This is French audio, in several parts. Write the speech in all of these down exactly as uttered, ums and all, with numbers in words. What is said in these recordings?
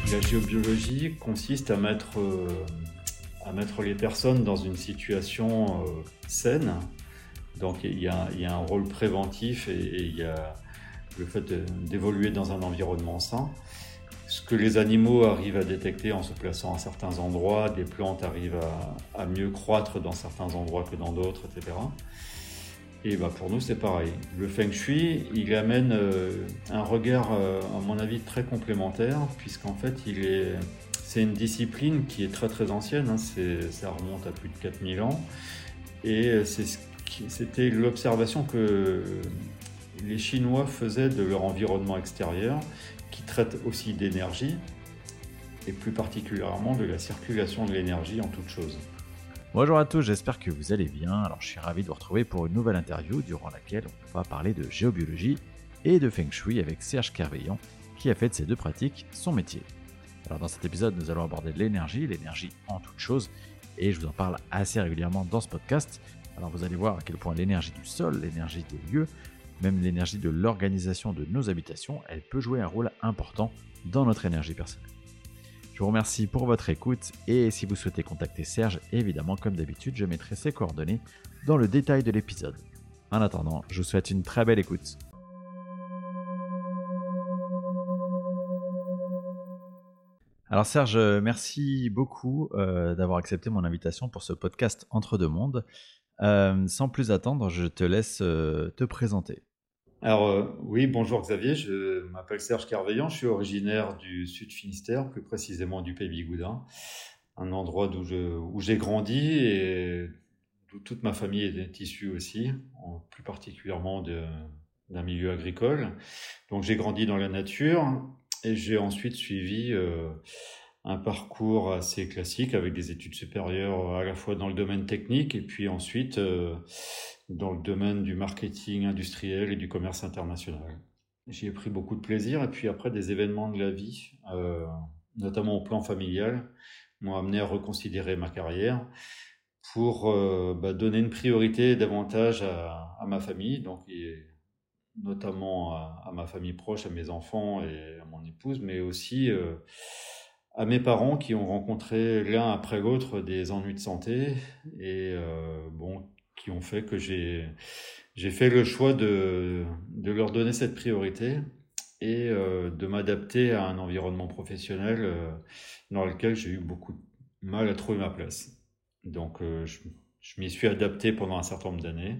La géobiologie consiste à mettre, euh, à mettre les personnes dans une situation euh, saine. Donc il y, a, il y a un rôle préventif et, et il y a le fait de, d'évoluer dans un environnement sain. Ce que les animaux arrivent à détecter en se plaçant à certains endroits, des plantes arrivent à, à mieux croître dans certains endroits que dans d'autres, et cetera. Et bah pour nous, c'est pareil. Le Feng Shui, il amène euh, un regard, euh, à mon avis, très complémentaire, puisqu'en fait, il est, c'est une discipline qui est très très ancienne, hein, c'est, ça remonte à plus de quatre mille ans, et c'est ce qui, c'était l'observation que les Chinois faisaient de leur environnement extérieur, qui traite aussi d'énergie, et plus particulièrement de la circulation de l'énergie en toute chose. Bonjour à tous, j'espère que vous allez bien. Alors je suis ravi de vous retrouver pour une nouvelle interview durant laquelle on va parler de géobiologie et de Feng Shui avec Serge Kerveillant qui a fait de ces deux pratiques son métier. Alors dans cet épisode, nous allons aborder l'énergie, l'énergie en toute chose, et je vous en parle assez régulièrement dans ce podcast. Alors vous allez voir à quel point l'énergie du sol, l'énergie des lieux, même l'énergie de l'organisation de nos habitations, elle peut jouer un rôle important dans notre énergie personnelle. Je vous remercie pour votre écoute et si vous souhaitez contacter Serge, évidemment comme d'habitude, je mettrai ses coordonnées dans le détail de l'épisode. En attendant, je vous souhaite une très belle écoute. Alors Serge, merci beaucoup euh, d'avoir accepté mon invitation pour ce podcast Entre deux mondes. Euh, sans plus attendre, je te laisse euh, te présenter. Alors euh, oui, bonjour Xavier, je m'appelle Serge Kerveillant, je suis originaire du Sud Finistère, plus précisément du Pays Bigoudin, un endroit d'où je, où j'ai grandi et d'où toute ma famille est issue aussi, en, plus particulièrement de, d'un milieu agricole. Donc j'ai grandi dans la nature et j'ai ensuite suivi euh, un parcours assez classique avec des études supérieures à la fois dans le domaine technique et puis ensuite euh, dans le domaine du marketing industriel et du commerce international. J'y ai pris beaucoup de plaisir et puis après des événements de la vie, euh, notamment au plan familial, m'ont amené à reconsidérer ma carrière pour euh, bah, donner une priorité davantage à, à ma famille, donc et notamment à, à ma famille proche, à mes enfants et à mon épouse, mais aussi euh, à mes parents qui ont rencontré l'un après l'autre des ennuis de santé et euh, bon, qui ont fait que j'ai, j'ai fait le choix de, de leur donner cette priorité et euh, de m'adapter à un environnement professionnel euh, dans lequel j'ai eu beaucoup de mal à trouver ma place. Donc euh, je, je m'y suis adapté pendant un certain nombre d'années.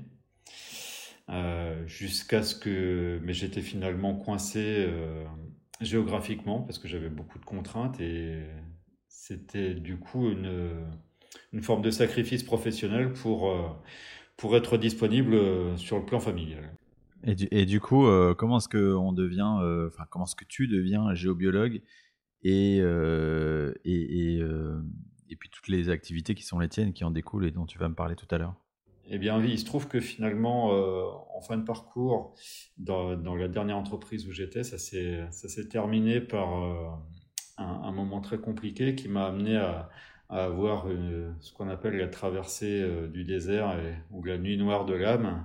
Euh, jusqu'à ce que... Mais j'étais finalement coincé euh, géographiquement parce que j'avais beaucoup de contraintes et c'était du coup une, une forme de sacrifice professionnel pour, euh, pour être disponible euh, sur le plan familial. Et du, et du coup, euh, comment est-ce que on devient, euh, enfin comment est-ce que tu deviens géobiologue et euh, et et, euh, et puis toutes les activités qui sont les tiennes, qui en découlent et dont tu vas me parler tout à l'heure. Eh bien oui, il se trouve que finalement, euh, en fin de parcours, dans, dans la dernière entreprise où j'étais, ça s'est, ça s'est terminé par euh, un, un moment très compliqué qui m'a amené à, à avoir une- ce qu'on appelle la traversée euh, du désert et, ou la nuit noire de l'âme.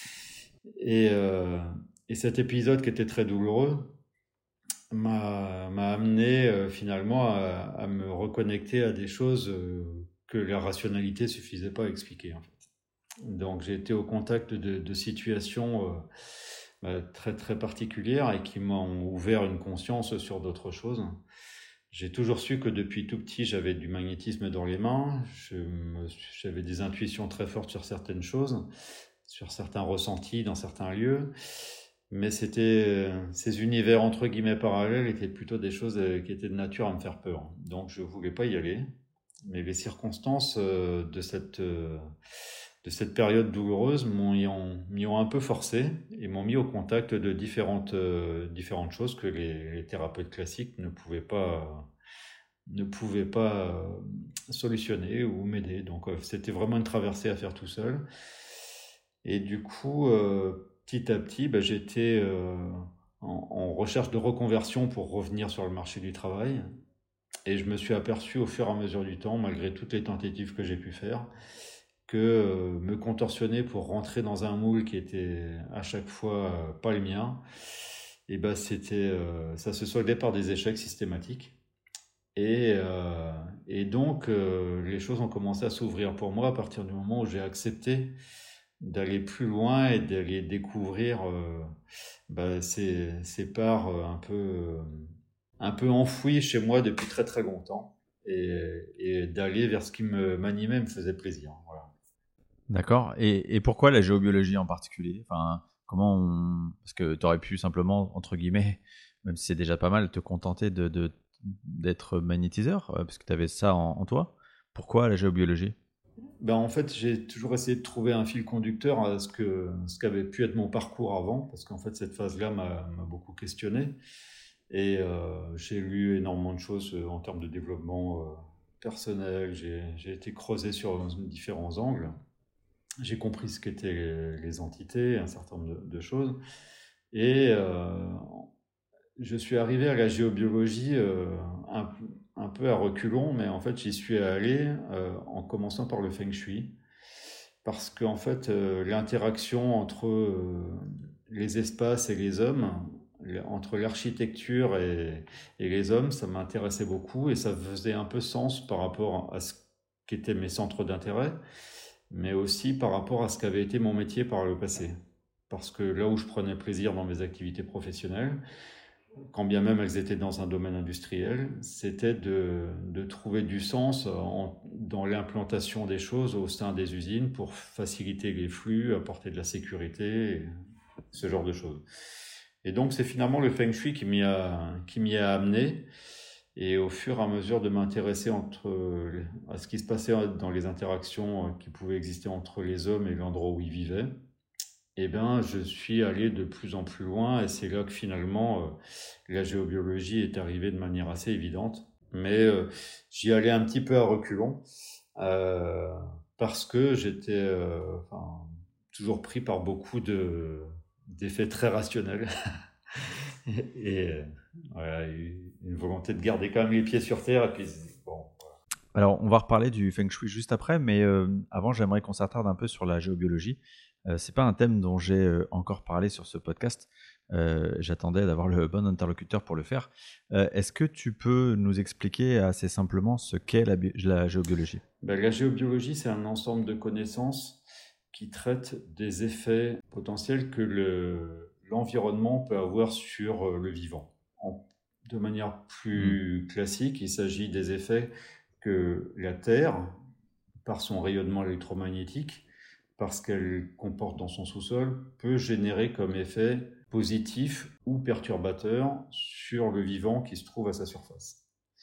Et, euh, et cet épisode qui était très douloureux m'a, m'a amené euh, finalement à, à me reconnecter à des choses euh, que la rationalité suffisait pas à expliquer en fait. Donc j'ai été au contact de, de situations euh, bah, très très particulières et qui m'ont ouvert une conscience sur d'autres choses. J'ai toujours su que depuis tout petit j'avais du magnétisme dans les mains, je me- j'avais des intuitions très fortes sur certaines choses, sur certains ressentis dans certains lieux, mais c'était euh, ces univers entre guillemets parallèles étaient plutôt des choses euh, qui étaient de nature à me faire peur. Donc je voulais pas y aller, mais les circonstances euh, de cette euh, de cette période douloureuse m'ont, y ont, m'y ont un peu forcé et m'ont mis au contact de différentes, euh, différentes choses que les, les thérapeutes classiques ne pouvaient pas, ne pouvaient pas euh, solutionner ou m'aider. Donc euh, c'était vraiment une traversée à faire tout seul. Et du coup, euh, petit à petit, bah, j'étais euh, en, en recherche de reconversion pour revenir sur le marché du travail. Et je me suis aperçu au fur et à mesure du temps, malgré toutes les tentatives que j'ai pu faire, que euh, me contorsionner pour rentrer dans un moule qui était à chaque fois euh, pas le mien, et ben c'était, euh, ça se soldait par des échecs systématiques. Et, euh, et donc, euh, les choses ont commencé à s'ouvrir pour moi à partir du moment où j'ai accepté d'aller plus loin et d'aller découvrir euh, bah, ces, ces parts euh, un peu, euh, un peu enfouies chez moi depuis très très longtemps et, et d'aller vers ce qui me m'animait, me faisait plaisir. Voilà. D'accord. Et, et pourquoi la géobiologie en particulier? Enfin, comment on... Parce que tu aurais pu simplement, entre guillemets, même si c'est déjà pas mal, te contenter de, de- d'être magnétiseur, euh, parce que tu avais ça en, en toi. Pourquoi la géobiologie? Ben, en fait, j'ai toujours essayé de trouver un fil conducteur à ce que ce qu'avait pu être mon parcours avant, parce qu'en fait, cette phase-là m'a m'a beaucoup questionné. Et euh, j'ai lu énormément de choses euh, en termes de développement euh, personnel. J'ai j'ai été creusé sur différents angles. J'ai compris ce qu'étaient les, les entités, un certain nombre de, de choses. Et euh, je suis arrivé à la géobiologie euh, un, un peu à reculons, mais en fait, j'y suis allé euh, en commençant par le feng shui. Parce qu'en fait, euh, l'interaction entre euh, les espaces et les hommes, entre l'architecture et, et les hommes, ça m'intéressait beaucoup et ça faisait un peu sens par rapport à ce qu'étaient mes centres d'intérêt, mais aussi par rapport à ce qu'avait été mon métier par le passé. Parce que là où je prenais plaisir dans mes activités professionnelles, quand bien même elles étaient dans un domaine industriel, c'était de, de trouver du sens en- dans l'implantation des choses au sein des usines pour faciliter les flux, apporter de la sécurité, et ce genre de choses. Et donc c'est finalement le feng shui qui m'y a, qui m'y a amené. Et au fur et à mesure de m'intéresser entre, à ce qui se passait dans les interactions qui pouvaient exister entre les hommes et l'endroit où ils vivaient, eh ben, je suis allé de plus en plus loin et c'est là que finalement euh, la géobiologie est arrivée de manière assez évidente. Mais euh, j'y allais un petit peu à reculons euh, parce que j'étais euh, enfin, toujours pris par beaucoup de, d'effets très rationnels et euh, voilà, une volonté de garder quand même les pieds sur terre. Et puis, bon, Alors, on va reparler du feng shui juste après, mais euh, avant, j'aimerais qu'on s'attarde un peu sur la géobiologie. Euh, c'est pas un thème dont j'ai euh, encore parlé sur ce podcast. Euh, j'attendais d'avoir le bon interlocuteur pour le faire. Euh, est-ce que tu peux nous expliquer assez simplement ce qu'est la, bi- la géobiologie? ben, la géobiologie, c'est un ensemble de connaissances qui traitent des effets potentiels que le, l'environnement peut avoir sur euh, le vivant. En- de manière Hmm. plus classique, il s'agit des effets que la Terre, par son rayonnement électromagnétique, parce qu'elle comporte dans son sous-sol, peut générer comme effet positif ou perturbateur sur le vivant qui se trouve à sa surface.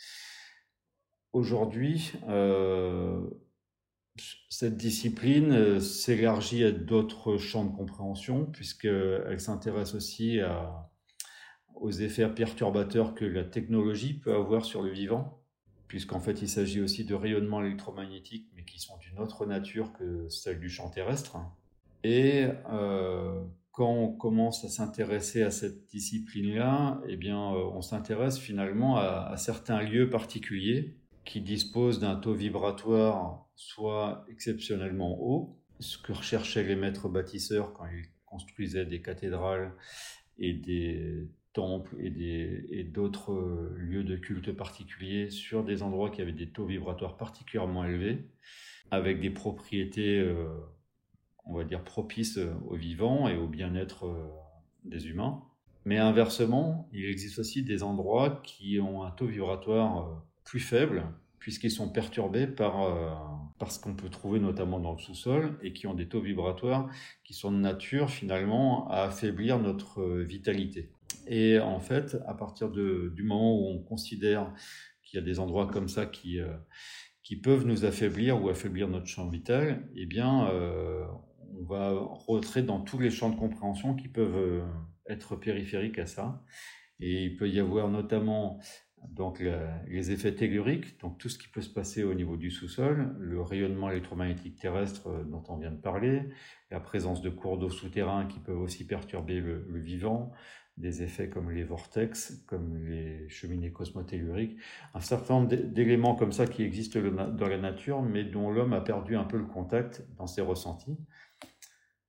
Aujourd'hui, euh, cette discipline euh, s'élargit à d'autres champs de compréhension, puisqu'elle s'intéresse aussi à, aux effets perturbateurs que la technologie peut avoir sur le vivant, puisqu'en fait il s'agit aussi de rayonnements électromagnétiques, mais qui sont d'une autre nature que celle du champ terrestre. Et euh, quand on commence à s'intéresser à cette discipline-là, eh bien, euh, on s'intéresse finalement à, à certains lieux particuliers qui disposent d'un taux vibratoire soit exceptionnellement haut, ce que recherchaient les maîtres bâtisseurs quand ils construisaient des cathédrales et des temples et, des, et d'autres euh, lieux de culte particuliers sur des endroits qui avaient des taux vibratoires particulièrement élevés, avec des propriétés, euh, on va dire, propices aux vivants et au bien-être euh, des humains. Mais inversement, il existe aussi des endroits qui ont un taux vibratoire euh, plus faible, puisqu'ils sont perturbés par, euh, par ce qu'on peut trouver notamment dans le sous-sol, et qui ont des taux vibratoires qui sont de nature finalement à affaiblir notre euh, vitalité. Et en fait, à partir de, du moment où on considère qu'il y a des endroits comme ça qui, euh, qui peuvent nous affaiblir ou affaiblir notre champ vital, eh bien, euh, on va rentrer dans tous les champs de compréhension qui peuvent euh, être périphériques à ça. Et il peut y avoir notamment donc, la, les effets telluriques, donc tout ce qui peut se passer au niveau du sous-sol, le rayonnement électromagnétique terrestre euh, dont on vient de parler, la présence de cours d'eau souterrains qui peuvent aussi perturber le, le vivant, des effets comme les vortex, comme les cheminées cosmotelluriques, un certain nombre d'éléments comme ça qui existent dans la nature, mais dont l'homme a perdu un peu le contact dans ses ressentis.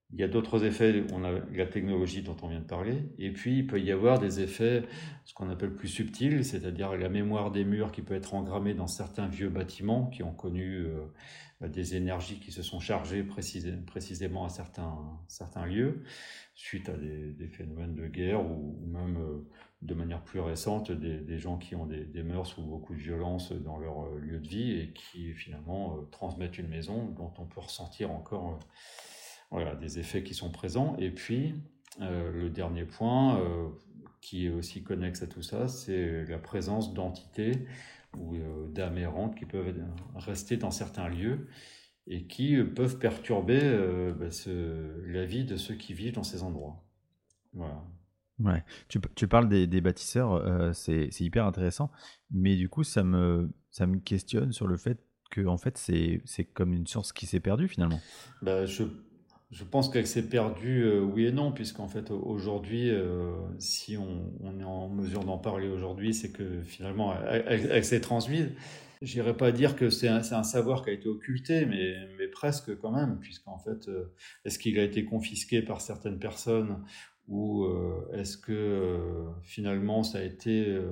Il y a d'autres effets, on a la technologie dont on vient de parler, et puis il peut y avoir des effets, ce qu'on appelle plus subtils, c'est-à-dire la mémoire des murs qui peut être engrammée dans certains vieux bâtiments qui ont connu euh, bah, des énergies qui se sont chargées précisé, précisément à certains, certains lieux, suite à des, des phénomènes de guerre ou, ou même euh, de manière plus récente, des, des gens qui ont des, des mœurs ou beaucoup de violence dans leur euh, lieu de vie et qui finalement euh, transmettent une maison dont on peut ressentir encore... Euh, voilà, des effets qui sont présents. Et puis, euh, le dernier point, euh, qui est aussi connexe à tout ça, c'est la présence d'entités ou euh, d'âmes errantes qui peuvent rester dans certains lieux et qui euh, peuvent perturber euh, bah, ce, la vie de ceux qui vivent dans ces endroits. Voilà. Ouais. Tu, tu parles des, des bâtisseurs, euh, c'est c'est hyper intéressant, mais du coup, ça me, ça me questionne sur le fait que en fait, c'est c'est comme une science qui s'est perdue finalement. Bah, je, je pense qu'elle s'est perdue, euh, oui et non, puisqu'en fait, au- aujourd'hui, euh, si on, on est en mesure d'en parler aujourd'hui, c'est que finalement, elle, elle- elle s'est transmise. J'irais pas dire que c'est un, c'est un savoir qui a été occulté, mais, mais presque quand même, puisqu'en fait, euh, est-ce qu'il a été confisqué par certaines personnes ou euh, est-ce que euh, finalement ça a été euh,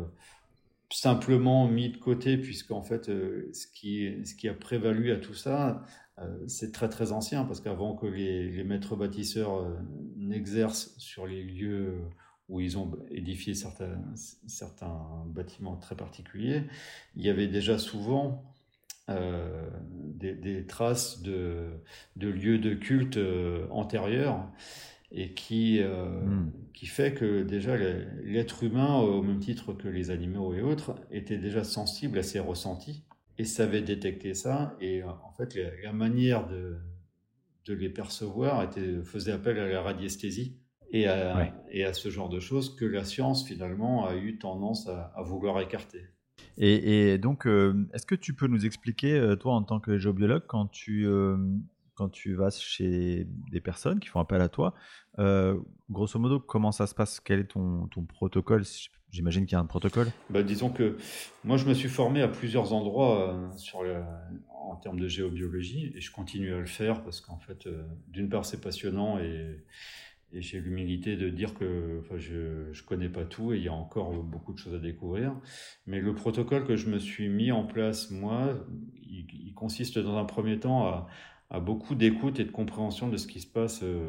simplement mis de côté, puisqu'en fait, euh, ce qui, ce qui a prévalu à tout ça, euh, c'est très très ancien, parce qu'avant que les, les maîtres bâtisseurs euh, n'exercent sur les lieux où ils ont édifié certains, certains bâtiments très particuliers, il y avait déjà souvent euh, des, des traces de, de lieux de culte euh, antérieurs et qui, euh, Hmm. qui fait que déjà l'être humain, au même titre que les animaux et autres, était déjà sensible à ses ressentis et savait détecter ça. Et euh, en fait, la, la manière de, de les percevoir était, faisait appel à la radiesthésie et Ouais. à, et à ce genre de choses que la science, finalement, a eu tendance à, à vouloir écarter. Et, et donc, euh, est-ce que tu peux nous expliquer, euh, toi, en tant que géobiologue, quand tu, euh, quand tu vas chez des personnes qui font appel à toi, euh, grosso modo, comment ça se passe? Quel est ton, ton protocole? J'imagine qu'il y a un protocole. Bah, disons que moi, je me suis formé à plusieurs endroits euh, sur le- en termes de géobiologie et je continue à le faire parce qu'en fait, euh, d'une part, c'est passionnant et, et j'ai l'humilité de dire que enfin, je ne connais pas tout et il y a encore beaucoup de choses à découvrir. Mais le protocole que je me suis mis en place, moi, il, il consiste dans un premier temps à, à beaucoup d'écoute et de compréhension de ce qui se passe euh,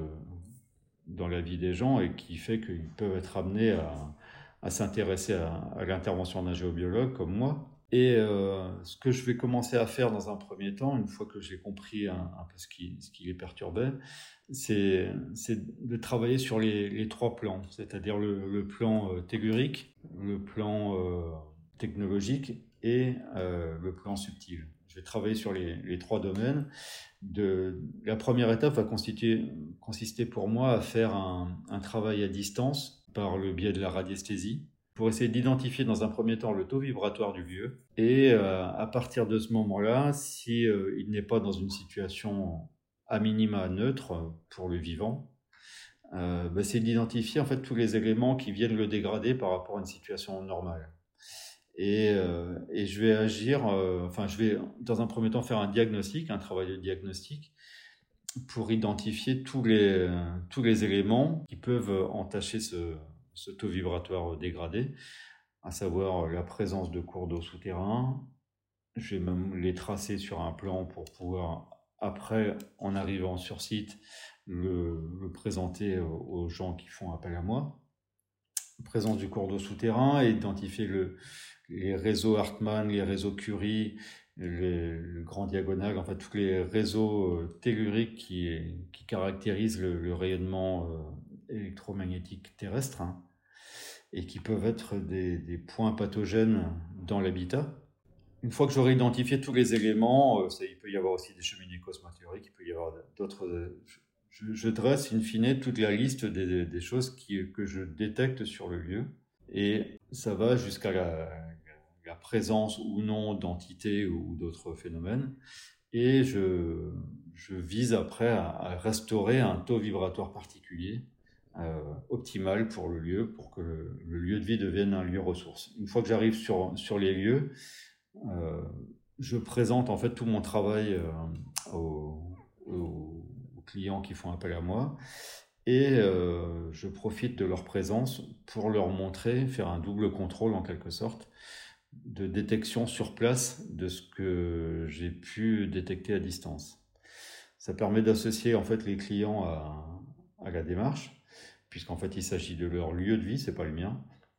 dans la vie des gens et qui fait qu'ils peuvent être amenés à, à s'intéresser à, à l'intervention d'un géobiologue comme moi. Et euh, ce que je vais commencer à faire dans un premier temps, une fois que j'ai compris un, un peu ce qui, ce qui les perturbait, c'est, c'est de travailler sur les, les trois plans, c'est-à-dire le, le plan euh, tellurique, le plan euh, technologique et euh, le plan subtil. Je vais travailler sur les, les trois domaines. De, la première étape va constituer, consister pour moi à faire un, un travail à distance par le biais de la radiesthésie pour essayer d'identifier dans un premier temps le taux vibratoire du lieu et euh, à partir de ce moment-là, si euh, il n'est pas dans une situation à minima neutre pour le vivant, euh, bah, c'est d'identifier en fait tous les éléments qui viennent le dégrader par rapport à une situation normale. Et, euh, et je vais agir, euh, enfin je vais dans un premier temps faire un diagnostic, un travail de diagnostic pour identifier tous les, tous les éléments qui peuvent entacher ce, ce taux vibratoire dégradé, à savoir la présence de cours d'eau souterrains. Je vais même les tracer sur un plan pour pouvoir, après, en arrivant sur site, le, le présenter aux gens qui font appel à moi. Présence du cours d'eau souterrain et identifier le, les réseaux Hartmann, les réseaux Curie, le, le grand diagonal, enfin tous les réseaux euh, telluriques qui, qui caractérisent le, le rayonnement euh, électromagnétique terrestre hein, et qui peuvent être des, des points pathogènes dans l'habitat. Une fois que j'aurai identifié tous les éléments, euh, ça, il peut y avoir aussi des cheminées cosmothéoriques, il peut y avoir d'autres... Euh, je, je dresse in fine toute la liste des, des choses qui, que je détecte sur le lieu. Et ça va jusqu'à la, la présence ou non d'entités ou d'autres phénomènes. Et je, je vise après à, à restaurer un taux vibratoire particulier, euh, optimal pour le lieu, pour que le, le lieu de vie devienne un lieu ressource. Une fois que j'arrive sur, sur les lieux, euh, je présente en fait tout mon travail euh, aux, aux, aux clients qui font appel à moi. Et euh, je profite de leur présence pour leur montrer, faire un double contrôle en quelque sorte, de détection sur place de ce que j'ai pu détecter à distance. Ça permet d'associer en fait les clients à, à la démarche, puisqu'en fait il s'agit de leur lieu de vie, c'est pas le mien.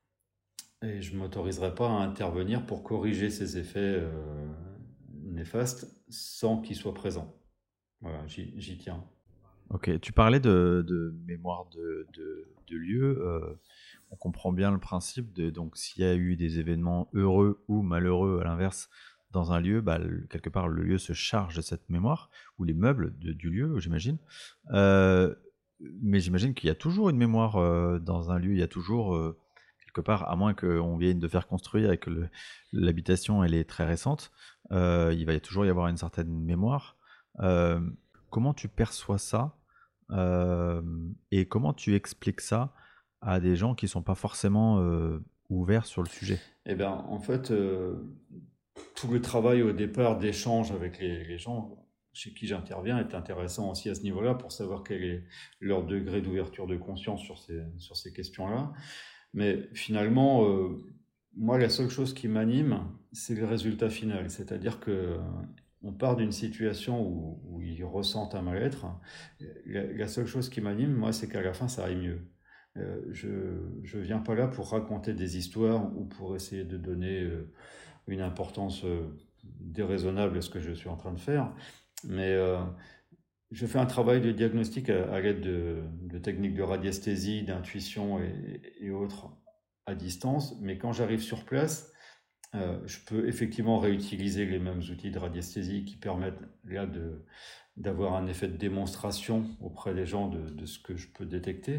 Et je ne m'autoriserai pas à intervenir pour corriger ces effets euh, néfastes sans qu'ils soient présents. Voilà, j'y, j'y tiens. Ok, tu parlais de, de mémoire de, de, de lieu. Euh, on comprend bien le principe de donc s'il y a eu des événements heureux ou malheureux à l'inverse dans un lieu, bah, le- quelque part le lieu se charge de cette mémoire ou les meubles de- du lieu, j'imagine. Euh, mais j'imagine qu'il y a toujours une mémoire euh, dans un lieu. Il y a toujours euh, quelque part, à moins qu'on vienne de faire construire et que le- l'habitation elle est très récente, euh, il va y toujours y avoir une certaine mémoire. Euh, Comment tu perçois ça euh, et comment tu expliques ça à des gens qui ne sont pas forcément euh, ouverts sur le sujet? Eh bien, en fait, euh, tout le travail au départ d'échange avec les, les gens chez qui j'interviens est intéressant aussi à ce niveau-là pour savoir quel est leur degré d'ouverture de conscience sur ces, sur ces questions-là. Mais finalement, euh, moi, la seule chose qui m'anime, c'est le résultat final. C'est-à-dire que on part d'une situation où, où ils ressentent un mal-être. La, la seule chose qui m'anime, moi, c'est qu'à la fin, ça aille mieux. Euh, je ne viens pas là pour raconter des histoires ou pour essayer de donner euh, une importance euh, déraisonnable à ce que je suis en train de faire. Mais euh, je fais un travail de diagnostic à, à l'aide de, de techniques de radiesthésie, d'intuition et, et autres à distance. Mais quand j'arrive sur place, euh, je peux effectivement réutiliser les mêmes outils de radiesthésie qui permettent là de, d'avoir un effet de démonstration auprès des gens de, de ce que je peux détecter.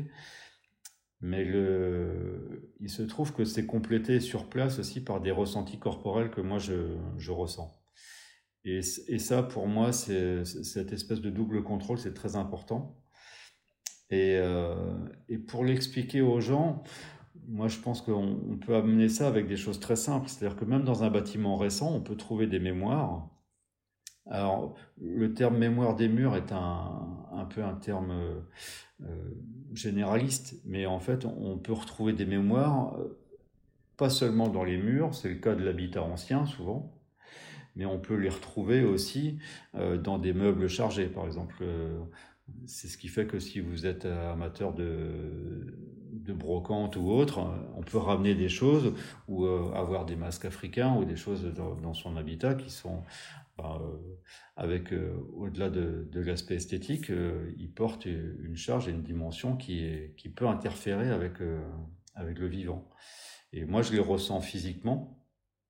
Mais le, il se trouve que c'est complété sur place aussi par des ressentis corporels que moi je, je ressens. Et, et ça, pour moi, c'est, cette espèce de double contrôle, c'est très important. Et, euh, et pour l'expliquer aux gens, moi je pense qu'on on peut amener ça avec des choses très simples. C'est-à-dire que même dans un bâtiment récent, on peut trouver des mémoires. Alors, le terme mémoire des murs est un, un peu un terme euh, généraliste, mais en fait, on peut retrouver des mémoires, euh, pas seulement dans les murs, c'est le cas de l'habitat ancien souvent, mais on peut les retrouver aussi euh, dans des meubles chargés, par exemple. Euh, c'est ce qui fait que si vous êtes amateur de, de brocante ou autre, on peut ramener des choses ou euh, avoir des masques africains ou des choses dans, dans son habitat qui sont, ben, euh, avec, euh, au-delà de, de l'aspect esthétique, euh, ils portent une charge et une dimension qui, est, qui peut interférer avec, euh, avec le vivant. Et moi, je les ressens physiquement.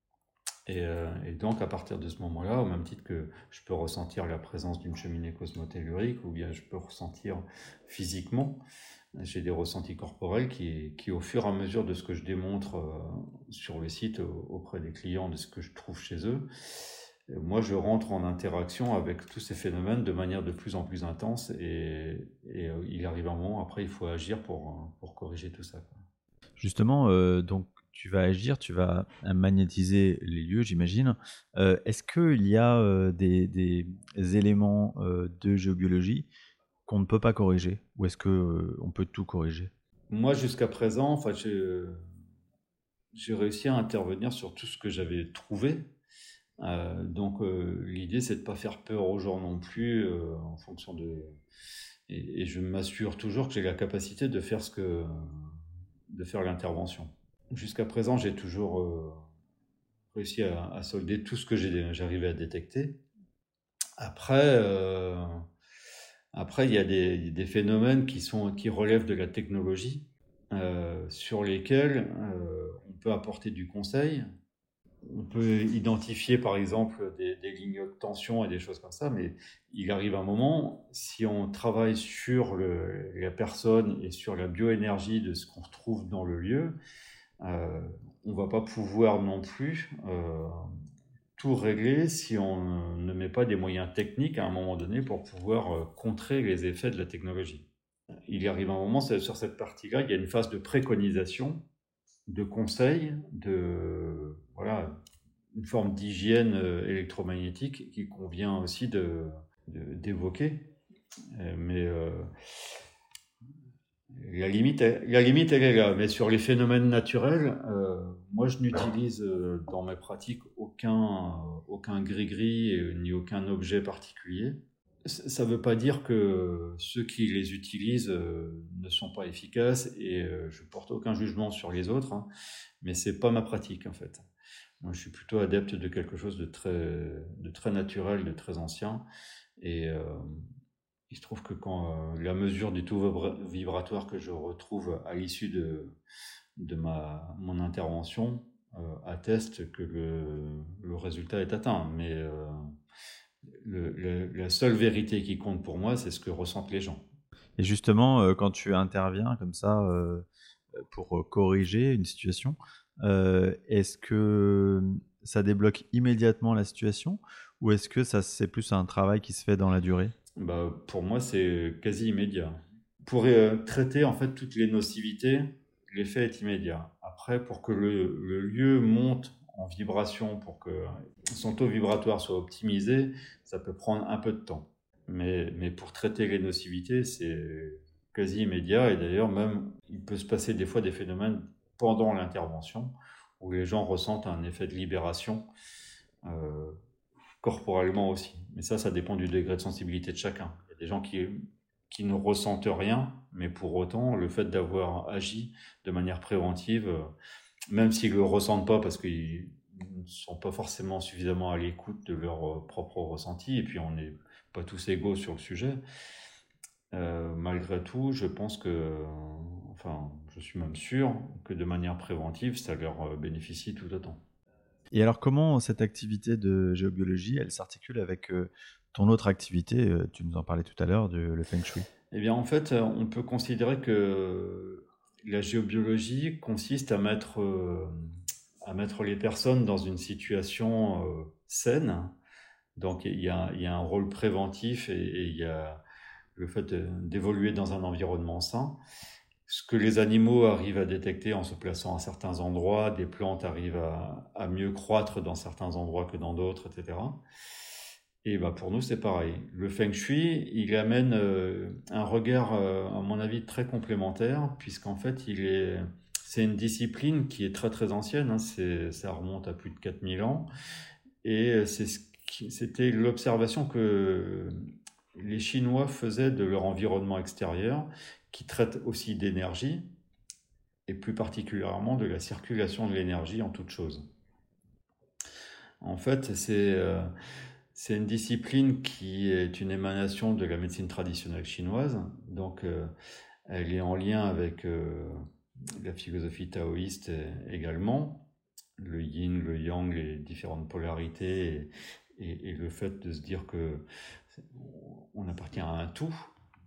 Et, euh, et donc, à partir de ce moment-là, au même titre que je peux ressentir la présence d'une cheminée cosmotellurique, ou bien je peux ressentir physiquement, j'ai des ressentis corporels qui, qui, au fur et à mesure de ce que je démontre euh, sur le site auprès des clients, de ce que je trouve chez eux, moi, je rentre en interaction avec tous ces phénomènes de manière de plus en plus intense, et, et euh, il arrive un moment, après, il faut agir pour, pour corriger tout ça, quoi. Justement, euh, donc tu vas agir, tu vas magnétiser les lieux, j'imagine. Euh, est-ce qu'il y a euh, des, des éléments euh, de géobiologie qu'on ne peut pas corriger? Ou est-ce que euh, on peut tout corriger? Moi, jusqu'à présent, enfin, j'ai, j'ai réussi à intervenir sur tout ce que j'avais trouvé. Euh, donc euh, l'idée, c'est de ne pas faire peur aux gens non plus euh, en fonction de... Et, et je m'assure toujours que j'ai la capacité de faire ce que... de faire l'intervention. Jusqu'à présent, j'ai toujours euh, réussi à, à solder tout ce que j'ai, j'arrivais à détecter. Après, euh, après, il y a des, des phénomènes qui, sont, qui relèvent de la technologie, euh, sur lesquels euh, on peut apporter du conseil. On peut identifier par exemple des, des lignes de tension et des choses comme ça, mais il arrive un moment, si on travaille sur le, la personne et sur la bioénergie de ce qu'on retrouve dans le lieu, euh, on ne va pas pouvoir non plus euh, tout régler si on ne met pas des moyens techniques à un moment donné pour pouvoir euh, contrer les effets de la technologie. Il arrive un moment, sur cette partie-là, il y a une phase de préconisation, de conseil, de voilà, une forme d'hygiène électromagnétique qu'il convient aussi de, de, d'évoquer. Euh, mais euh, la limite, elle, la limite, elle est là. Mais sur les phénomènes naturels, euh, moi, je n'utilise euh, dans mes pratiques aucun, euh, aucun gris-gris euh, ni aucun objet particulier. Ça ne veut pas dire que ceux qui les utilisent euh, ne sont pas efficaces et euh, je porte aucun jugement sur les autres, hein, mais c'est pas ma pratique en fait. Moi, je suis plutôt adepte de quelque chose de très, de très naturel, de très ancien. Et euh, il se trouve que quand euh, la mesure du taux vibra- vibratoire que je retrouve à l'issue de, de ma, mon intervention euh, atteste que le, le résultat est atteint. Mais euh, le- le- la seule vérité qui compte pour moi, c'est ce que ressentent les gens. Et justement, euh, quand tu interviens comme ça euh, pour corriger une situation, euh, est-ce que ça débloque immédiatement la situation ou est-ce que ça c'est plus un travail qui se fait dans la durée? Bah, pour moi, c'est quasi immédiat. Pour euh, traiter en fait toutes les nocivités, l'effet est immédiat. Après, pour que le, le lieu monte en vibration, pour que son taux vibratoire soit optimisé, ça peut prendre un peu de temps. Mais, mais pour traiter les nocivités, c'est quasi immédiat. Et d'ailleurs, même, il peut se passer des fois des phénomènes pendant l'intervention où les gens ressentent un effet de libération. Euh, Corporellement aussi. Mais ça, ça dépend du degré de sensibilité de chacun. Il y a des gens qui, qui ne ressentent rien, mais pour autant, le fait d'avoir agi de manière préventive, euh, même s'ils ne le ressentent pas parce qu'ils ne sont pas forcément suffisamment à l'écoute de leur euh, propre ressenti, et puis on n'est pas tous égaux sur le sujet, euh, malgré tout, je pense que, euh, enfin, je suis même sûr que de manière préventive, ça leur euh, bénéficie tout autant. Et alors, comment cette activité de géobiologie, elle s'articule avec euh, ton autre activité, euh, tu nous en parlais tout à l'heure, de le Feng Shui? Eh bien, en fait, euh, on peut considérer que la géobiologie consiste à mettre, euh, à mettre les personnes dans une situation euh, saine. Donc, il y a, il y a un rôle préventif et, et il y a le fait de- d'évoluer dans un environnement sain. Ce que les animaux arrivent à détecter en se plaçant à certains endroits, des plantes arrivent à, à mieux croître dans certains endroits que dans d'autres, et cetera. Et bah pour nous, c'est pareil. Le feng shui, il amène euh, un regard, euh, à mon avis, très complémentaire, puisqu'en fait, il est, c'est une discipline qui est très très ancienne, hein, c'est, ça remonte à plus de quatre mille ans, et c'est ce qui- c'était l'observation que les Chinois faisaient de leur environnement extérieur, qui traite aussi d'énergie, et plus particulièrement de la circulation de l'énergie en toute chose. En fait, c'est... euh, C'est une discipline qui est une émanation de la médecine traditionnelle chinoise, donc euh, elle est en lien avec euh, la philosophie taoïste également, le yin, le yang, les différentes polarités et, et, et le fait de se dire que on appartient à un tout.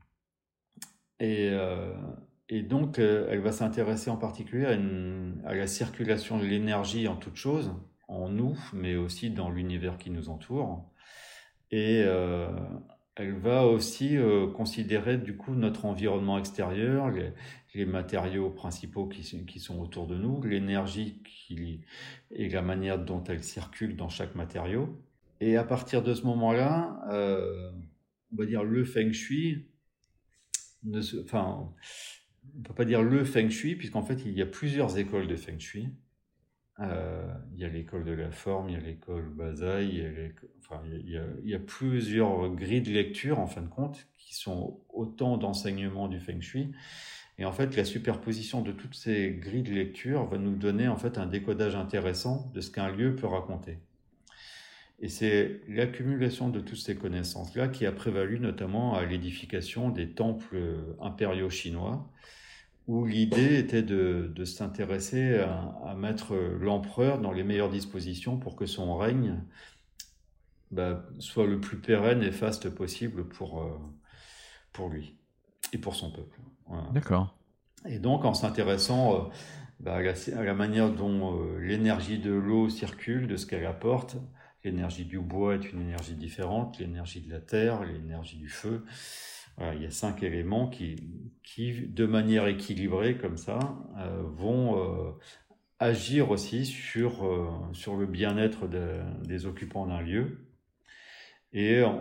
Et, euh, et donc euh, elle va s'intéresser en particulier à, une, à la circulation de l'énergie en toute chose, en nous, mais aussi dans l'univers qui nous entoure. Et euh, elle va aussi euh, considérer du coup notre environnement extérieur, les, les matériaux principaux qui, qui sont autour de nous, l'énergie qui, et la manière dont elle circule dans chaque matériau. Et à partir de ce moment-là, euh, on va dire le feng shui, ne se, enfin, on ne peut pas dire le feng shui, puisqu'en fait il y a plusieurs écoles de feng shui. Euh, il y a l'école de la forme, il y a l'école Bazaï, il y a, enfin, il y a, il y a plusieurs grilles de lecture en fin de compte qui sont autant d'enseignements du Feng Shui. Et en fait, la superposition de toutes ces grilles de lecture va nous donner en fait un décodage intéressant de ce qu'un lieu peut raconter. Et c'est l'accumulation de toutes ces connaissances-là qui a prévalu notamment à l'édification des temples impériaux chinois, où l'idée était de, de s'intéresser à, à mettre l'empereur dans les meilleures dispositions pour que son règne bah, soit le plus pérenne et faste possible pour, euh, pour lui et pour son peuple. Voilà. D'accord. Et donc, en s'intéressant euh, bah, à, la, à la manière dont euh, l'énergie de l'eau circule, de ce qu'elle apporte, l'énergie du bois est une énergie différente, l'énergie de la terre, l'énergie du feu. Voilà, il y a cinq éléments qui, qui, de manière équilibrée comme ça, euh, vont euh, agir aussi sur, euh, sur le bien-être de, des occupants d'un lieu. Et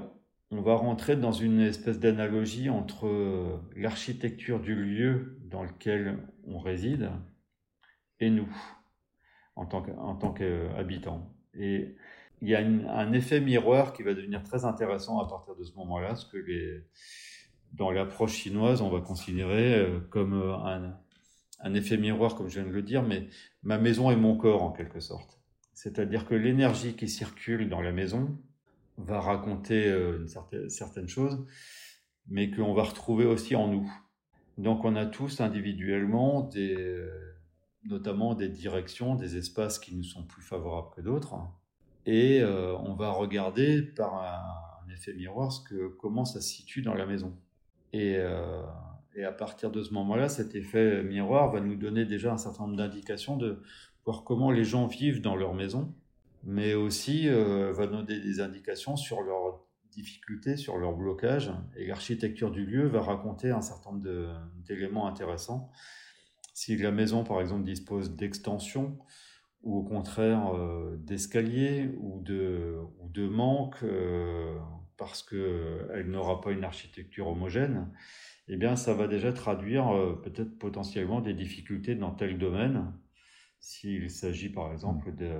on va rentrer dans une espèce d'analogie entre l'architecture du lieu dans lequel on réside et nous, en tant que, en tant qu'habitants. Et il y a une, un effet miroir qui va devenir très intéressant à partir de ce moment-là, ce que les, dans l'approche chinoise, on va considérer comme un, un effet miroir, comme je viens de le dire, mais ma maison est mon corps en quelque sorte. C'est-à-dire que l'énergie qui circule dans la maison va raconter une certaine, certaines choses, mais qu'on va retrouver aussi en nous. Donc on a tous individuellement des, notamment des directions, des espaces qui nous sont plus favorables que d'autres, et euh, on va regarder par un, un effet miroir ce que, comment ça se situe dans la maison. Et, euh, et à partir de ce moment-là, cet effet miroir va nous donner déjà un certain nombre d'indications de voir comment les gens vivent dans leur maison, mais aussi euh, va donner des indications sur leurs difficultés, sur leurs blocages. Et l'architecture du lieu va raconter un certain nombre de, d'éléments intéressants. Si la maison, par exemple, dispose d'extensions, ou au contraire euh, d'escaliers, ou de, ou de manques, euh, parce qu'elle n'aura pas une architecture homogène, eh bien, ça va déjà traduire euh, peut-être potentiellement des difficultés dans tel domaine, s'il s'agit par exemple de,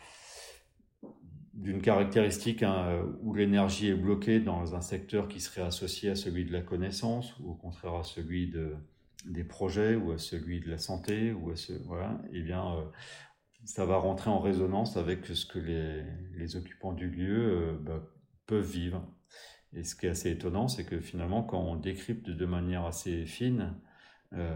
d'une caractéristique hein, où l'énergie est bloquée dans un secteur qui serait associé à celui de la connaissance, ou au contraire à celui de, des projets, ou à celui de la santé, ou à ce, voilà, eh bien, euh, ça va rentrer en résonance avec ce que les, les occupants du lieu euh, bah, peuvent vivre. Et ce qui est assez étonnant, c'est que finalement, quand on décrypte de manière assez fine euh,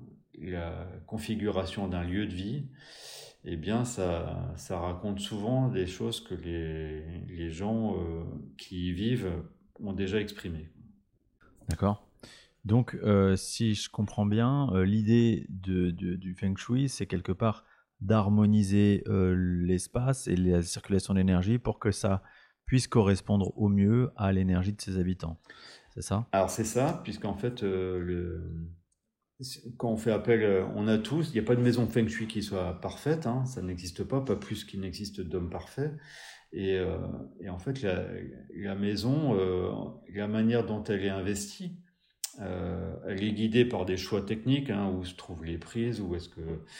la configuration d'un lieu de vie, eh bien, ça, ça raconte souvent des choses que les, les gens euh, qui y vivent ont déjà exprimées. D'accord. Donc, euh, si je comprends bien, euh, l'idée de, de, du Feng Shui, c'est quelque part d'harmoniser euh, l'espace et la circulation d'énergie pour que ça puisse correspondre au mieux à l'énergie de ses habitants. C'est ça? Alors, c'est ça, puisqu'en fait, euh, le... quand on fait appel, on a tous, il n'y a pas de maison Feng Shui qui soit parfaite, hein, ça n'existe pas, pas plus qu'il n'existe d'homme parfait. Et, euh, et en fait, la, la maison, euh, la manière dont elle est investie, euh, elle est guidée par des choix techniques, hein, où se trouvent les prises, où est-ce que,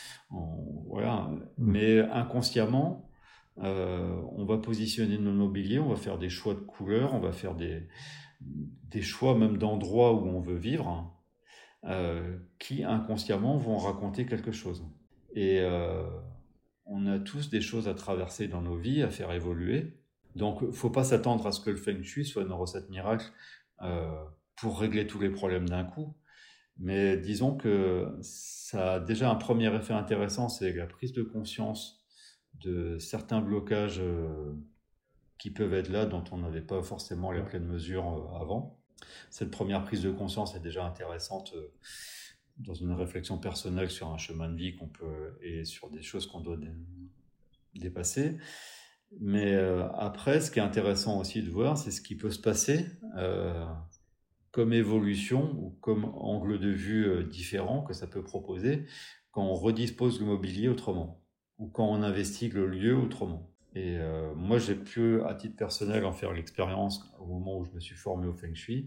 on, voilà. Mmh. Mais inconsciemment, euh, on va positionner nos mobiliers, on va faire des choix de couleurs, on va faire des, des choix même d'endroits où on veut vivre. Euh, qui inconsciemment vont raconter quelque chose. Et euh, on a tous des choses à traverser dans nos vies, à faire évoluer. Donc, il ne faut pas s'attendre à ce que le Feng Shui soit une recette miracle euh, pour régler tous les problèmes d'un coup. Mais disons que ça a déjà un premier effet intéressant, c'est la prise de conscience de certains blocages euh, qui peuvent être là, dont on n'avait pas forcément la pleine mesure euh, avant. Cette première prise de conscience est déjà intéressante euh, dans une réflexion personnelle sur un chemin de vie qu'on peut et sur des choses qu'on doit dé- dépasser. Mais euh, après, ce qui est intéressant aussi de voir, c'est ce qui peut se passer euh, comme évolution ou comme angle de vue euh, différent que ça peut proposer quand on redispose le mobilier autrement ou quand on investit le lieu autrement. Et euh, moi, j'ai pu, à titre personnel, en faire l'expérience au moment où je me suis formé au Feng Shui,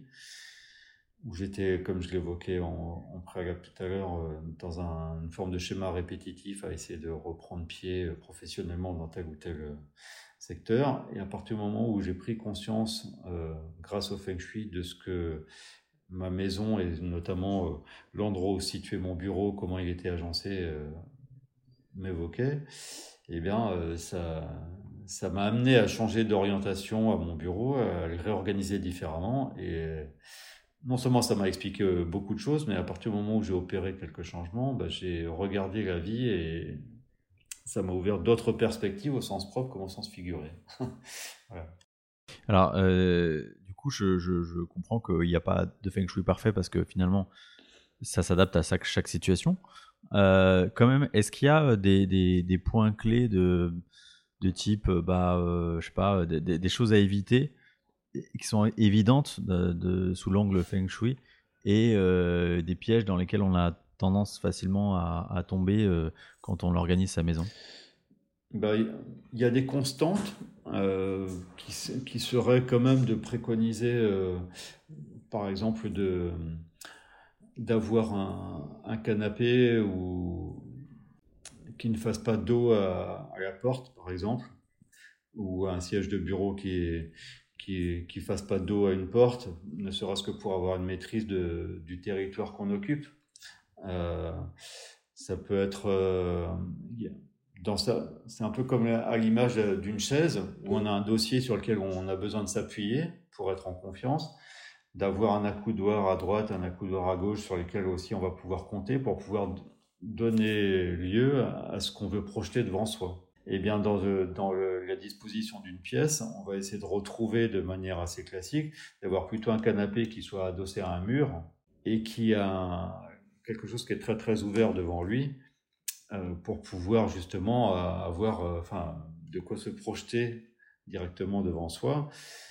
où j'étais, comme je l'évoquais en, en préalable tout à l'heure, euh, dans un, une forme de schéma répétitif à essayer de reprendre pied euh, professionnellement dans tel ou tel euh, secteur. Et à partir du moment où j'ai pris conscience, euh, grâce au Feng Shui, de ce que ma maison et notamment euh, l'endroit où situait mon bureau, comment il était agencé, euh, m'évoquait, eh bien, euh, ça, ça m'a amené à changer d'orientation à mon bureau, à le réorganiser différemment. Et non seulement ça m'a expliqué beaucoup de choses, mais à partir du moment où j'ai opéré quelques changements, bah, j'ai regardé la vie et ça m'a ouvert d'autres perspectives au sens propre comme au sens figuré. Voilà. Alors, euh, du coup, je, je, je comprends qu'il n'y a pas de Feng Shui parfait parce que finalement, ça s'adapte à chaque, chaque situation. Euh, quand même, est-ce qu'il y a des, des, des points clés de, de type, bah, euh, je sais pas, des, des choses à éviter qui sont évidentes de, de, sous l'angle Feng Shui et euh, des pièges dans lesquels on a tendance facilement à, à tomber euh, quand on organise sa maison? Bah, il y a des constantes euh, qui, s- qui seraient quand même de préconiser, euh, par exemple, de, d'avoir un, un canapé ou, qui ne fasse pas dos à, à la porte, par exemple, ou un siège de bureau qui est, qui, qui fasse pas dos à une porte, ne serait-ce que pour avoir une maîtrise de, du territoire qu'on occupe. Euh, Ça peut être euh, dans ça, c'est un peu comme à l'image d'une chaise où on a un dossier sur lequel on a besoin de s'appuyer pour être en confiance, d'avoir un accoudoir à droite, un accoudoir à gauche sur lesquels aussi on va pouvoir compter pour pouvoir donner lieu à ce qu'on veut projeter devant soi. Et bien dans, le- dans le- la disposition d'une pièce, on va essayer de retrouver de manière assez classique, d'avoir plutôt un canapé qui soit adossé à un mur et qui a un- quelque chose qui est très très ouvert devant lui euh, pour pouvoir justement euh, avoir euh, enfin, de quoi se projeter directement devant soi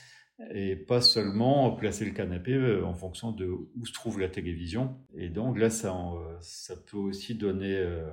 et pas seulement placer le canapé euh, en fonction de où se trouve la télévision. Et donc là, ça, en- euh, ça peut aussi donner, euh,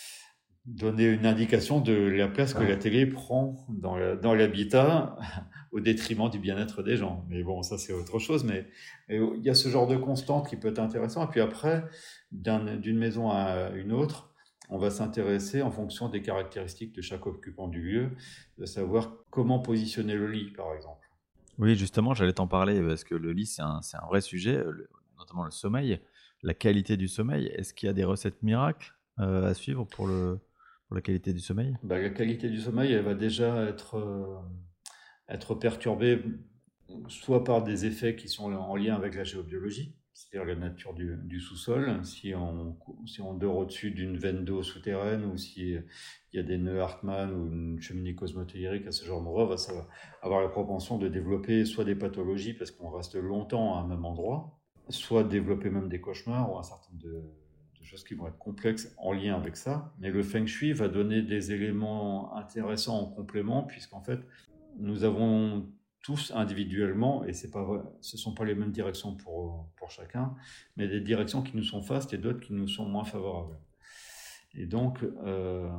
donner une indication de la place que la télé prend dans la- dans l'habitat au détriment du bien-être des gens. Mais bon, ça c'est autre chose. Mais, mais il y a ce genre de constante qui peut être intéressant. Et puis après, d'un- d'une maison à une autre, on va s'intéresser en fonction des caractéristiques de chaque occupant du lieu, de savoir comment positionner le lit, par exemple. Oui, justement, j'allais t'en parler parce que le lit, c'est un, c'est un vrai sujet, euh, le- notamment le sommeil, la qualité du sommeil. Est-ce qu'il y a des recettes miracles euh, à suivre pour, le, pour la qualité du sommeil? Bah, la qualité du sommeil, elle va déjà être, euh, être perturbée soit par des effets qui sont en lien avec la géobiologie, c'est-à-dire la nature du, du sous-sol, si on, si on dort au-dessus d'une veine d'eau souterraine ou s'il y a des nœuds Hartmann ou une cheminée cosmotellurique à ce genre d'endroit, ça va avoir la propension de développer soit des pathologies parce qu'on reste longtemps à un même endroit, soit développer même des cauchemars ou un certain nombre de, de choses qui vont être complexes en lien avec ça. Mais le feng shui va donner des éléments intéressants en complément, puisqu'en fait, nous avons tous individuellement, et c'est pas vrai, ce ne sont pas les mêmes directions pour, pour chacun, mais des directions qui nous sont fastes et d'autres qui nous sont moins favorables. Et donc, euh,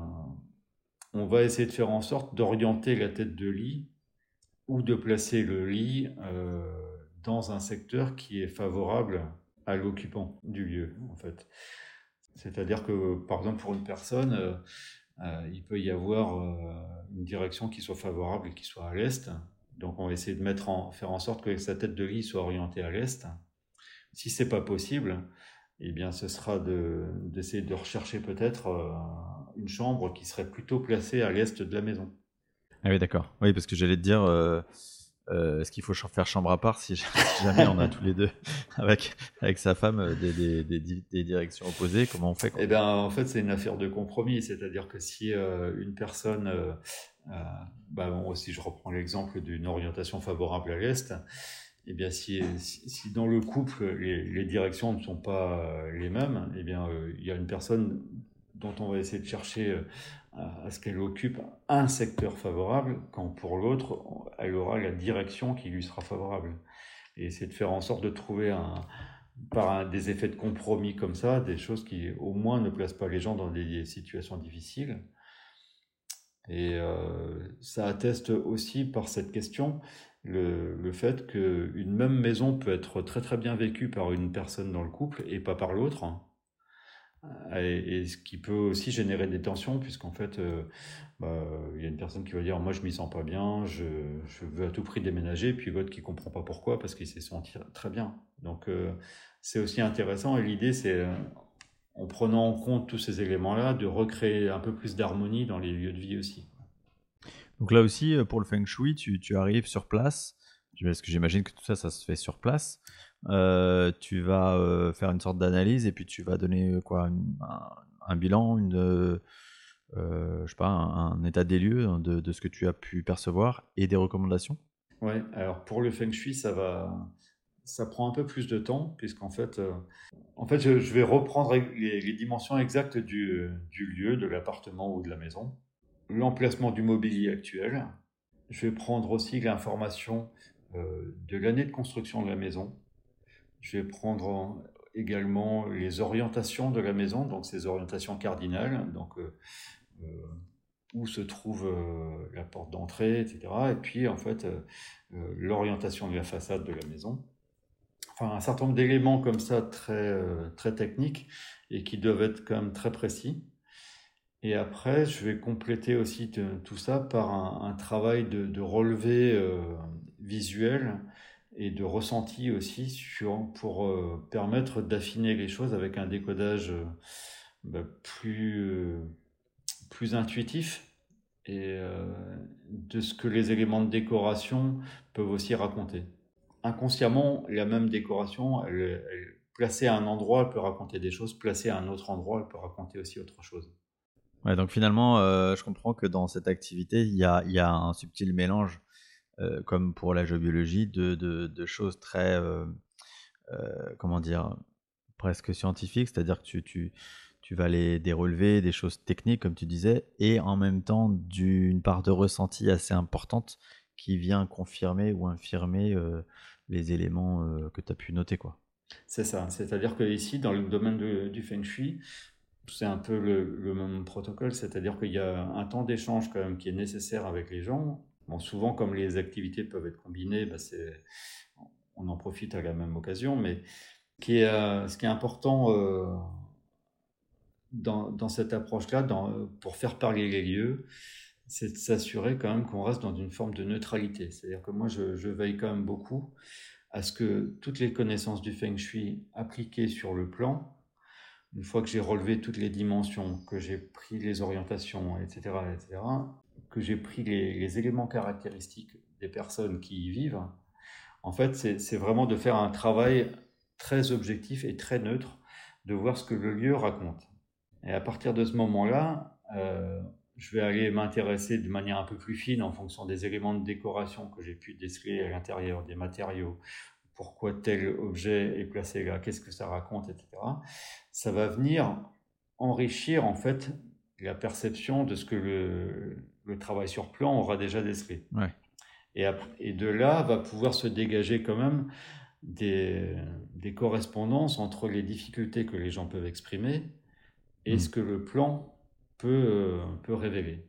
on va essayer de faire en sorte d'orienter la tête de lit ou de placer le lit euh, dans un secteur qui est favorable à l'occupant du lieu, en fait. C'est-à-dire que, par exemple, pour une personne, euh, euh, il peut y avoir euh, une direction qui soit favorable et qui soit à l'est. Donc, on va essayer de mettre en, faire en sorte que sa tête de lit soit orientée à l'est. Si c'est pas possible, eh bien, ce sera de, d'essayer de rechercher peut-être euh, une chambre qui serait plutôt placée à l'est de la maison. Ah oui, d'accord. Oui, parce que j'allais te dire, euh, euh, est-ce qu'il faut ch- faire chambre à part si, si jamais on a tous les deux avec, avec sa femme euh, des, des, des di- des directions opposées, comment on fait Eh quoi? bien, en fait, c'est une affaire de compromis. C'est-à-dire que si euh, une personne, euh, euh, bah, bon, si je reprends l'exemple d'une orientation favorable à l'est, eh bien, si, si, si dans le couple, les, les directions ne sont pas euh, les mêmes, eh bien, euh, il y a une personne dont on va essayer de chercher euh, à, à ce qu'elle occupe un secteur favorable, quand pour l'autre, elle aura la direction qui lui sera favorable. Et essayer de faire en sorte de trouver un, par un- des effets de compromis comme ça, des choses qui au moins ne placent pas les gens dans des situations difficiles. Et euh, ça atteste aussi par cette question le, le fait qu'une même maison peut être très très bien vécue par une personne dans le couple et pas par l'autre. Et, et ce qui peut aussi générer des tensions, puisqu'en fait, euh, bah, il y a une personne qui va dire moi je m'y sens pas bien, je, je veux à tout prix déménager, puis l'autre qui comprend pas pourquoi parce qu'il s'est senti très bien. Donc euh, c'est aussi intéressant et l'idée c'est euh, en prenant en compte tous ces éléments-là de recréer un peu plus d'harmonie dans les lieux de vie aussi. Donc là aussi, euh, pour le feng shui, tu, tu arrives sur place, parce que j'imagine que tout ça, ça se fait sur place. Euh, tu vas euh, faire une sorte d'analyse et puis tu vas donner euh, quoi, une- un, un bilan, une, euh, euh, je sais pas, un, un état des lieux hein, de, de ce que tu as pu percevoir et des recommandations. Ouais, alors pour le feng shui, ça va, ça prend un peu plus de temps puisqu'en fait, euh, en fait, je, je vais reprendre les, les dimensions exactes du, du lieu, de l'appartement ou de la maison, l'emplacement du mobilier actuel. Je vais prendre aussi l'information euh, de l'année de construction de la maison. Je vais prendre en- également les orientations de la maison, donc ces orientations cardinales, donc euh, euh, où se trouve euh, la porte d'entrée, et cetera. Et puis, en fait, euh, euh, l'orientation de la façade de la maison. Enfin, un certain nombre d'éléments comme ça, très, euh, très techniques, et qui doivent être quand même très précis. Et après, je vais compléter aussi de- tout ça par un, un travail de, de relevé euh, visuel et de ressenti aussi sur, pour euh, permettre d'affiner les choses avec un décodage euh, bah, plus, euh, plus intuitif et euh, de ce que les éléments de décoration peuvent aussi raconter. Inconsciemment, la même décoration, elle, elle- placée à un endroit, elle peut raconter des choses, placée à un autre endroit, elle peut raconter aussi autre chose. Ouais, donc finalement, euh, je comprends que dans cette activité, il y a, il y a un subtil mélange, euh, comme pour la géobiologie, de, de, de choses très, euh, euh, comment dire, presque scientifiques, c'est-à-dire que tu, tu, tu vas aller des relevés, des choses techniques, comme tu disais, et en même temps d'une part de ressenti assez importante qui vient confirmer ou infirmer euh, les éléments euh, que tu as pu noter, quoi. C'est ça. C'est-à-dire que ici, dans le domaine de- du Feng Shui, c'est un peu le, le même protocole, c'est-à-dire qu'il y a un temps d'échange quand même qui est nécessaire avec les gens. Bon, souvent, comme les activités peuvent être combinées, bah, c'est, on en profite à la même occasion, mais qui est, euh, ce qui est important euh, dans, dans cette approche-là, dans, pour faire parler les lieux, c'est de s'assurer quand même qu'on reste dans une forme de neutralité. C'est-à-dire que moi, je, je veille quand même beaucoup à ce que toutes les connaissances du Feng Shui appliquées sur le plan, une fois que j'ai relevé toutes les dimensions, que j'ai pris les orientations, et cetera, et cetera, que j'ai pris les, les éléments caractéristiques des personnes qui y vivent, en fait, c'est c'est vraiment de faire un travail très objectif et très neutre, de voir ce que le lieu raconte. Et à partir de ce moment-là, euh, je vais aller m'intéresser de manière un peu plus fine en fonction des éléments de décoration que j'ai pu déceler à l'intérieur, des matériaux, pourquoi tel objet est placé là, qu'est-ce que ça raconte, et cetera. Ça va venir enrichir en fait la perception de ce que le, le travail sur plan aura déjà décelé. Ouais. Et, et de là va pouvoir se dégager quand même des, des correspondances entre les difficultés que les gens peuvent exprimer et Mm. ce que le plan peut, euh, peut révéler.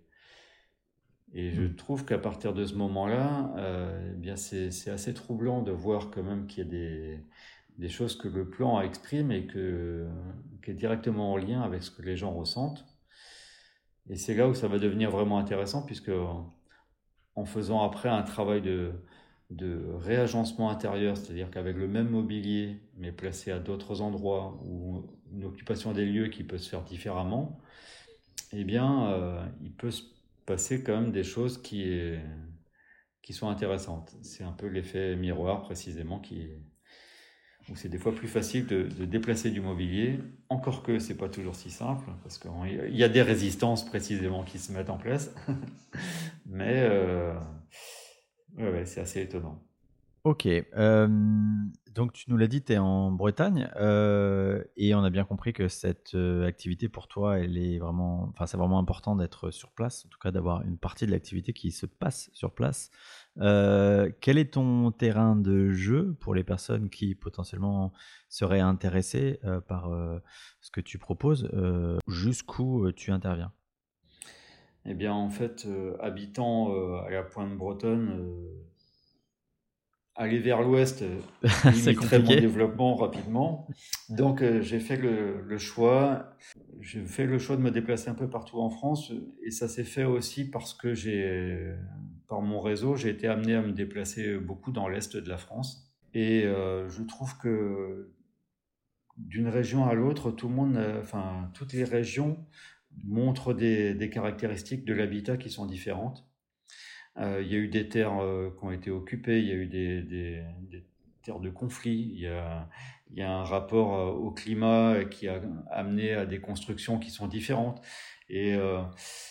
Et je Mm. trouve qu'à partir de ce moment-là, euh, eh bien c'est, c'est assez troublant de voir quand même qu'il y a des, des choses que le plan exprime et que, qui est directement en lien avec ce que les gens ressentent. Et c'est là où ça va devenir vraiment intéressant, puisque en faisant après un travail de, de réagencement intérieur, c'est-à-dire qu'avec le même mobilier, mais placé à d'autres endroits, ou une occupation des lieux qui peut se faire différemment, eh bien, euh, il peut se passer quand même des choses qui, est, qui sont intéressantes. C'est un peu l'effet miroir, précisément, qui est, où c'est des fois plus facile de, de déplacer du mobilier, encore que c'est pas toujours si simple, parce qu'il y a des résistances précisément qui se mettent en place, mais euh, ouais, ouais, c'est assez étonnant. Ok, euh, donc tu nous l'as dit, tu es en Bretagne euh, et on a bien compris que cette euh, activité pour toi, elle est vraiment, enfin c'est vraiment important d'être sur place, en tout cas d'avoir une partie de l'activité qui se passe sur place. Euh, quel est ton terrain de jeu pour les personnes qui potentiellement seraient intéressées euh, par euh, ce que tu proposes, euh, jusqu'où euh, tu interviens? Eh bien, en fait, euh, habitant euh, à la pointe bretonne, euh, aller vers l'ouest euh, C'est limiterait mon compliqué. développement rapidement. Donc, euh, j'ai fait le, le choix. J'ai fait le choix de me déplacer un peu partout en France, et ça s'est fait aussi parce que j'ai, par mon réseau, j'ai été amené à me déplacer beaucoup dans l'est de la France. Et euh, je trouve que d'une région à l'autre, tout le monde, euh, enfin, toutes les régions montrent des, des caractéristiques de l'habitat qui sont différentes. Euh, il y a eu des terres euh, qui ont été occupées, il y a eu des, des- des terres de conflit, il y a, il y a un rapport euh, au climat qui a amené à des constructions qui sont différentes. Et euh,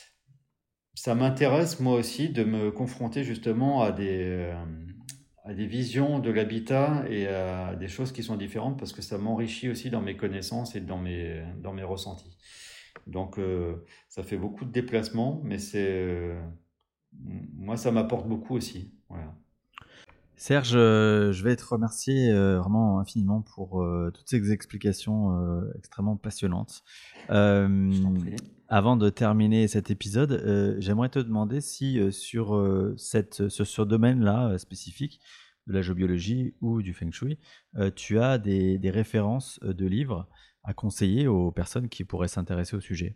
ça m'intéresse, moi aussi, de me confronter justement à des, euh, à des visions de l'habitat et à des choses qui sont différentes, parce que ça m'enrichit aussi dans mes connaissances et dans mes, dans mes ressentis. Donc, euh, ça fait beaucoup de déplacements, mais c'est, euh, moi, ça m'apporte beaucoup aussi. Voilà. Serge, euh, je vais te remercier euh, vraiment infiniment pour euh, toutes ces explications euh, extrêmement passionnantes. Je t'en Euh, prie. Avant de terminer cet épisode, euh, j'aimerais te demander si euh, sur, euh, cette, sur ce domaine-là euh, spécifique de la géobiologie ou du feng shui, euh, tu as des, des références euh, de livres à conseiller aux personnes qui pourraient s'intéresser au sujet.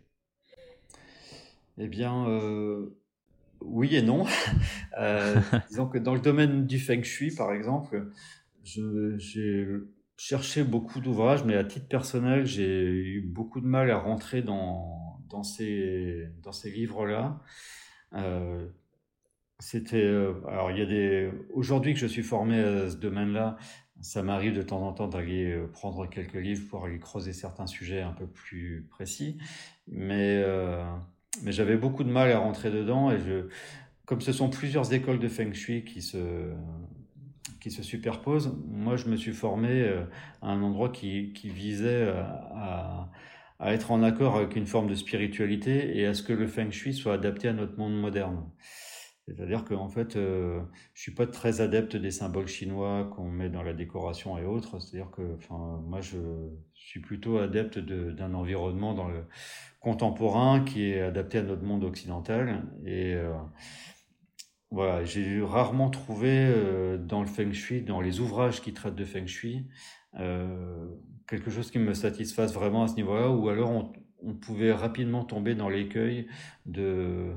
Eh bien, euh, oui et non. Euh, disons que dans le domaine du feng shui, par exemple, je- j'ai cherché beaucoup d'ouvrages, mais à titre personnel, j'ai eu beaucoup de mal à rentrer dans, dans ces, dans ces livres-là. Euh, C'était, euh, alors il y a des, aujourd'hui que je suis formé à ce domaine-là, ça m'arrive de temps en temps d'aller euh, prendre quelques livres pour aller creuser certains sujets un peu plus précis, mais euh, mais j'avais beaucoup de mal à rentrer dedans et je, comme ce sont plusieurs écoles de Feng Shui qui se qui se superposent, moi je me suis formé euh, à un endroit qui qui visait euh, à à être en accord avec une forme de spiritualité et à ce que le Feng Shui soit adapté à notre monde moderne. C'est-à-dire qu'en fait, euh, je suis pas très adepte des symboles chinois qu'on met dans la décoration et autres. C'est-à-dire que, enfin, moi, je suis plutôt adepte de- d'un environnement dans le contemporain qui est adapté à notre monde occidental. Et euh, voilà, j'ai rarement trouvé euh, dans le Feng Shui, dans les ouvrages qui traitent de Feng Shui, euh, quelque chose qui me satisfasse vraiment à ce niveau-là, ou alors on, on pouvait rapidement tomber dans l'écueil de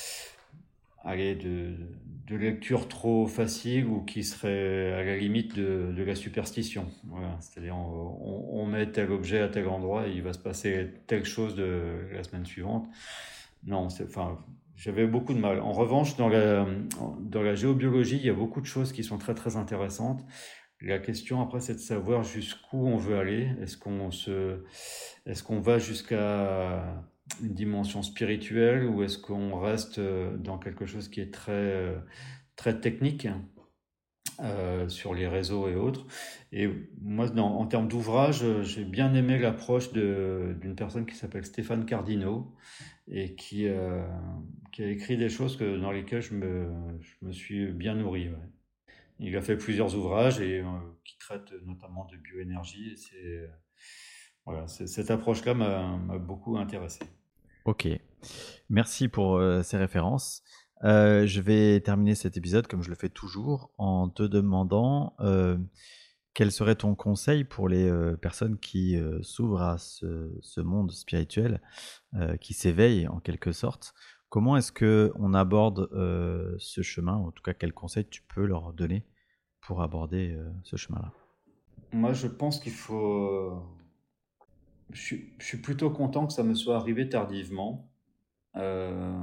aller de, de lecture trop facile ou qui serait à la limite de, de la superstition. Voilà. C'est-à-dire on, on, on met tel objet à tel endroit et il va se passer telle chose de la semaine suivante. Non, c'est, enfin, j'avais beaucoup de mal. En revanche, dans la, dans la géobiologie, il y a beaucoup de choses qui sont très très intéressantes. La question après, c'est de savoir jusqu'où on veut aller. Est-ce qu'on se, est-ce qu'on va jusqu'à une dimension spirituelle ou est-ce qu'on reste euh, dans quelque chose qui est très, euh, très technique euh, sur les réseaux et autres. Et moi, dans- en termes d'ouvrage, euh, j'ai bien aimé l'approche de, d'une personne qui s'appelle Stéphane Cardino et qui, euh, qui a écrit des choses que, dans lesquelles je me, je me suis bien nourri. Ouais. Il a fait plusieurs ouvrages et euh, qui traitent notamment de bioénergie. Et c'est, voilà, c'est- cette approche-là m'a, m'a beaucoup intéressé. Ok, merci pour euh, ces références. Euh, je vais terminer cet épisode comme je le fais toujours en te demandant euh, quel serait ton conseil pour les euh, personnes qui euh, s'ouvrent à ce, ce monde spirituel, euh, qui s'éveillent en quelque sorte. Comment est-ce que on aborde euh, ce chemin? En tout cas, quel conseil tu peux leur donner pour aborder euh, ce chemin-là? Moi, je pense qu'il faut. Je suis, je suis plutôt content que ça me soit arrivé tardivement. Euh,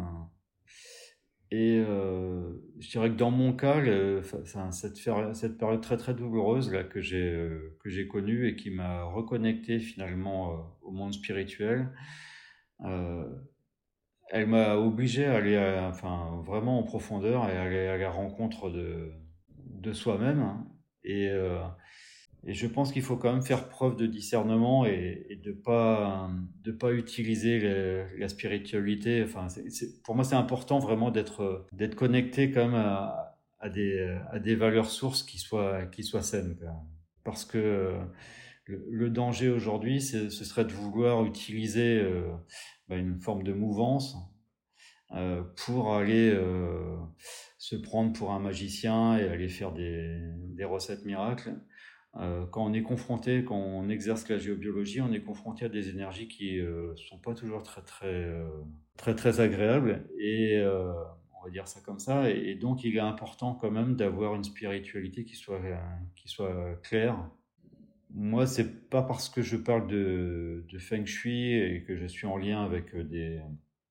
et euh, je dirais que dans mon cas, le- enfin, cette, féri- cette période très très douloureuse là, que j'ai euh, que j'ai connue et qui m'a reconnecté finalement euh, au monde spirituel, euh, elle m'a obligé à aller à- enfin, vraiment en profondeur et à aller à la rencontre de, de soi-même, hein. Et, euh, Et je pense qu'il faut quand même faire preuve de discernement et, et de pas de pas utiliser le- la spiritualité. Enfin, c'est, c'est- pour moi, c'est important vraiment d'être d'être connecté quand même à, à des à des valeurs sources qui soient qui soient saines, quand même. Parce que euh, le, le danger aujourd'hui, c'est- ce serait de vouloir utiliser euh, bah, une forme de mouvance euh, pour aller euh, se prendre pour un magicien et aller faire des, des recettes miracles. Euh, quand on est confronté, quand on exerce la géobiologie, on est confronté à des énergies qui euh, sont pas toujours très très euh, très très agréables et euh, on va dire ça comme ça. Et, et donc il est important quand même d'avoir une spiritualité qui soit euh, qui soit claire. Moi, c'est pas parce que je parle de, de feng shui et que je suis en lien avec des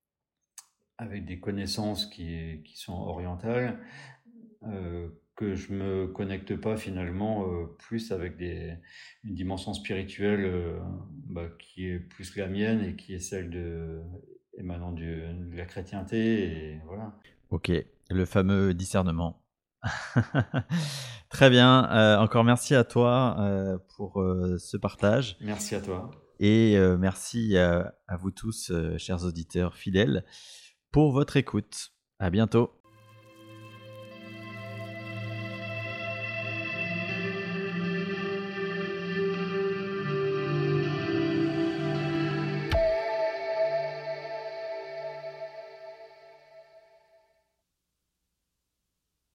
avec des connaissances qui, qui sont orientales, euh, que je me connecte pas finalement euh, plus avec des, une dimension spirituelle euh, bah, qui est plus la mienne et qui est celle de émanant du, de la chrétienté et voilà. Ok, le fameux discernement. Très bien. Euh, encore merci à toi euh, pour euh, ce partage Merci à toi. et euh, merci à, à vous tous, euh, chers auditeurs fidèles, pour votre écoute. À bientôt.